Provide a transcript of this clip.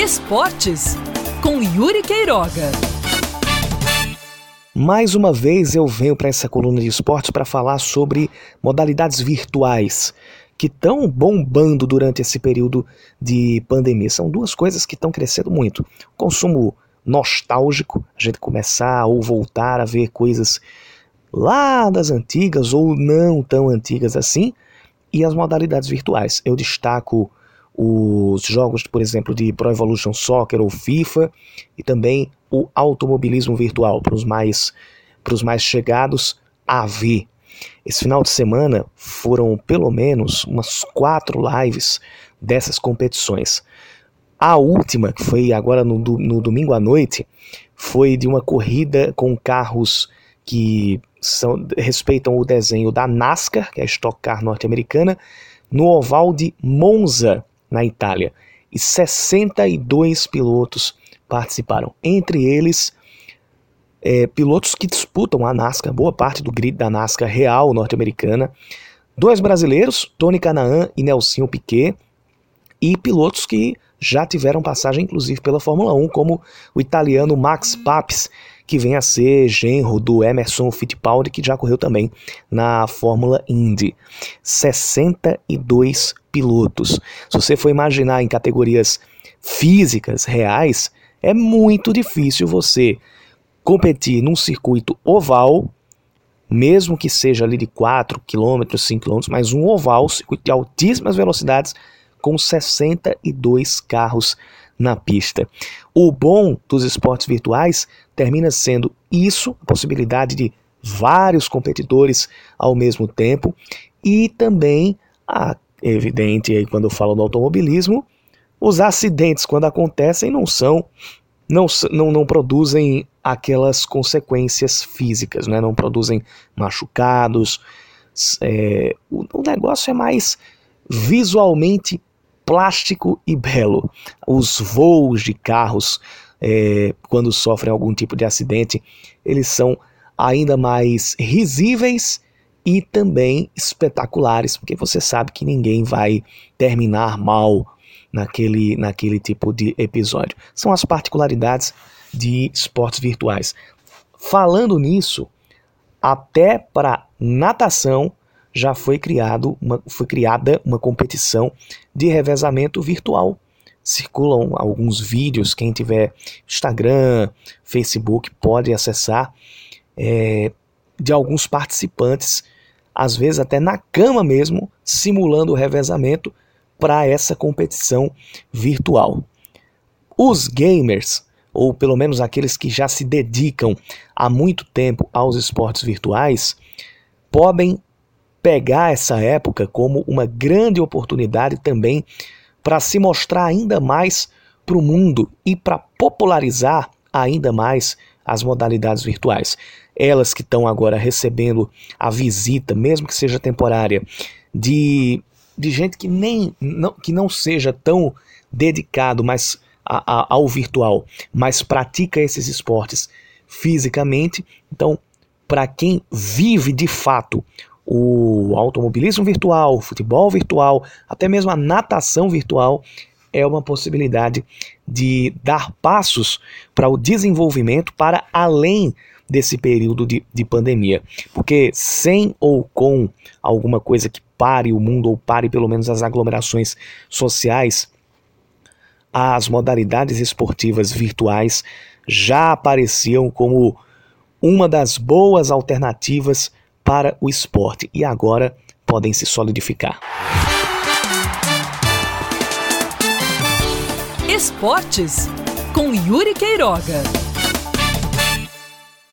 Esportes, com Yuri Queiroga. Mais uma vez eu venho para essa coluna de esportes para falar sobre modalidades virtuais que estão bombando durante esse período de pandemia. São duas coisas que estão crescendo muito. O consumo nostálgico, a gente começar ou voltar a ver coisas lá das antigas ou não tão antigas assim, e as modalidades virtuais. Eu destaco os jogos, por exemplo, de Pro Evolution Soccer ou FIFA, e também o automobilismo virtual, para os mais chegados a ver. Esse final de semana foram pelo menos umas 4 lives dessas competições. A última, que foi agora no domingo à noite, foi de uma corrida com carros que respeitam o desenho da NASCAR, que é a Stock Car norte-americana, no oval de Monza, na Itália. E 62 pilotos participaram. Entre eles, pilotos que disputam a NASCAR, boa parte do grid da NASCAR real norte-americana. 2 brasileiros, Tony Kanaan e Nelsinho Piquet, e pilotos que já tiveram passagem inclusive pela Fórmula 1, como o italiano Max Papis, que vem a ser genro do Emerson Fittipaldi, que já correu também na Fórmula Indy. 62 pilotos. Se você for imaginar em categorias físicas, reais, é muito difícil você competir num circuito oval, mesmo que seja ali de 4 km, 5 km, mas um oval, circuito de altíssimas velocidades, com 62 carros na pista. O bom dos esportes virtuais termina sendo isso, a possibilidade de vários competidores ao mesmo tempo, e também, é evidente aí quando eu falo do automobilismo, os acidentes quando acontecem não produzem aquelas consequências físicas, né? Não produzem machucados, o negócio é mais visualmente plástico e belo. Os voos de carros, quando sofrem algum tipo de acidente, eles são ainda mais risíveis e também espetaculares, porque você sabe que ninguém vai terminar mal naquele tipo de episódio. São as particularidades de esportes virtuais. Falando nisso, até para natação já foi criada uma competição de revezamento virtual. Circulam alguns vídeos, quem tiver Instagram, Facebook pode acessar, de alguns participantes, às vezes até na cama mesmo, simulando o revezamento para essa competição virtual. Os gamers, ou pelo menos aqueles que já se dedicam há muito tempo aos esportes virtuais, podem pegar essa época como uma grande oportunidade também para se mostrar ainda mais para o mundo e para popularizar ainda mais as modalidades virtuais. Elas que estão agora recebendo a visita, mesmo que seja temporária, de gente que não seja tão dedicado mais ao virtual, mas pratica esses esportes fisicamente. Então, para quem vive de fato o automobilismo virtual, o futebol virtual, até mesmo a natação virtual, é uma possibilidade de dar passos para o desenvolvimento para além desse período de pandemia. Porque sem ou com alguma coisa que pare o mundo, ou pare pelo menos as aglomerações sociais, as modalidades esportivas virtuais já apareciam como uma das boas alternativas para o esporte, e agora podem se solidificar. Esportes, com Yuri Queiroga.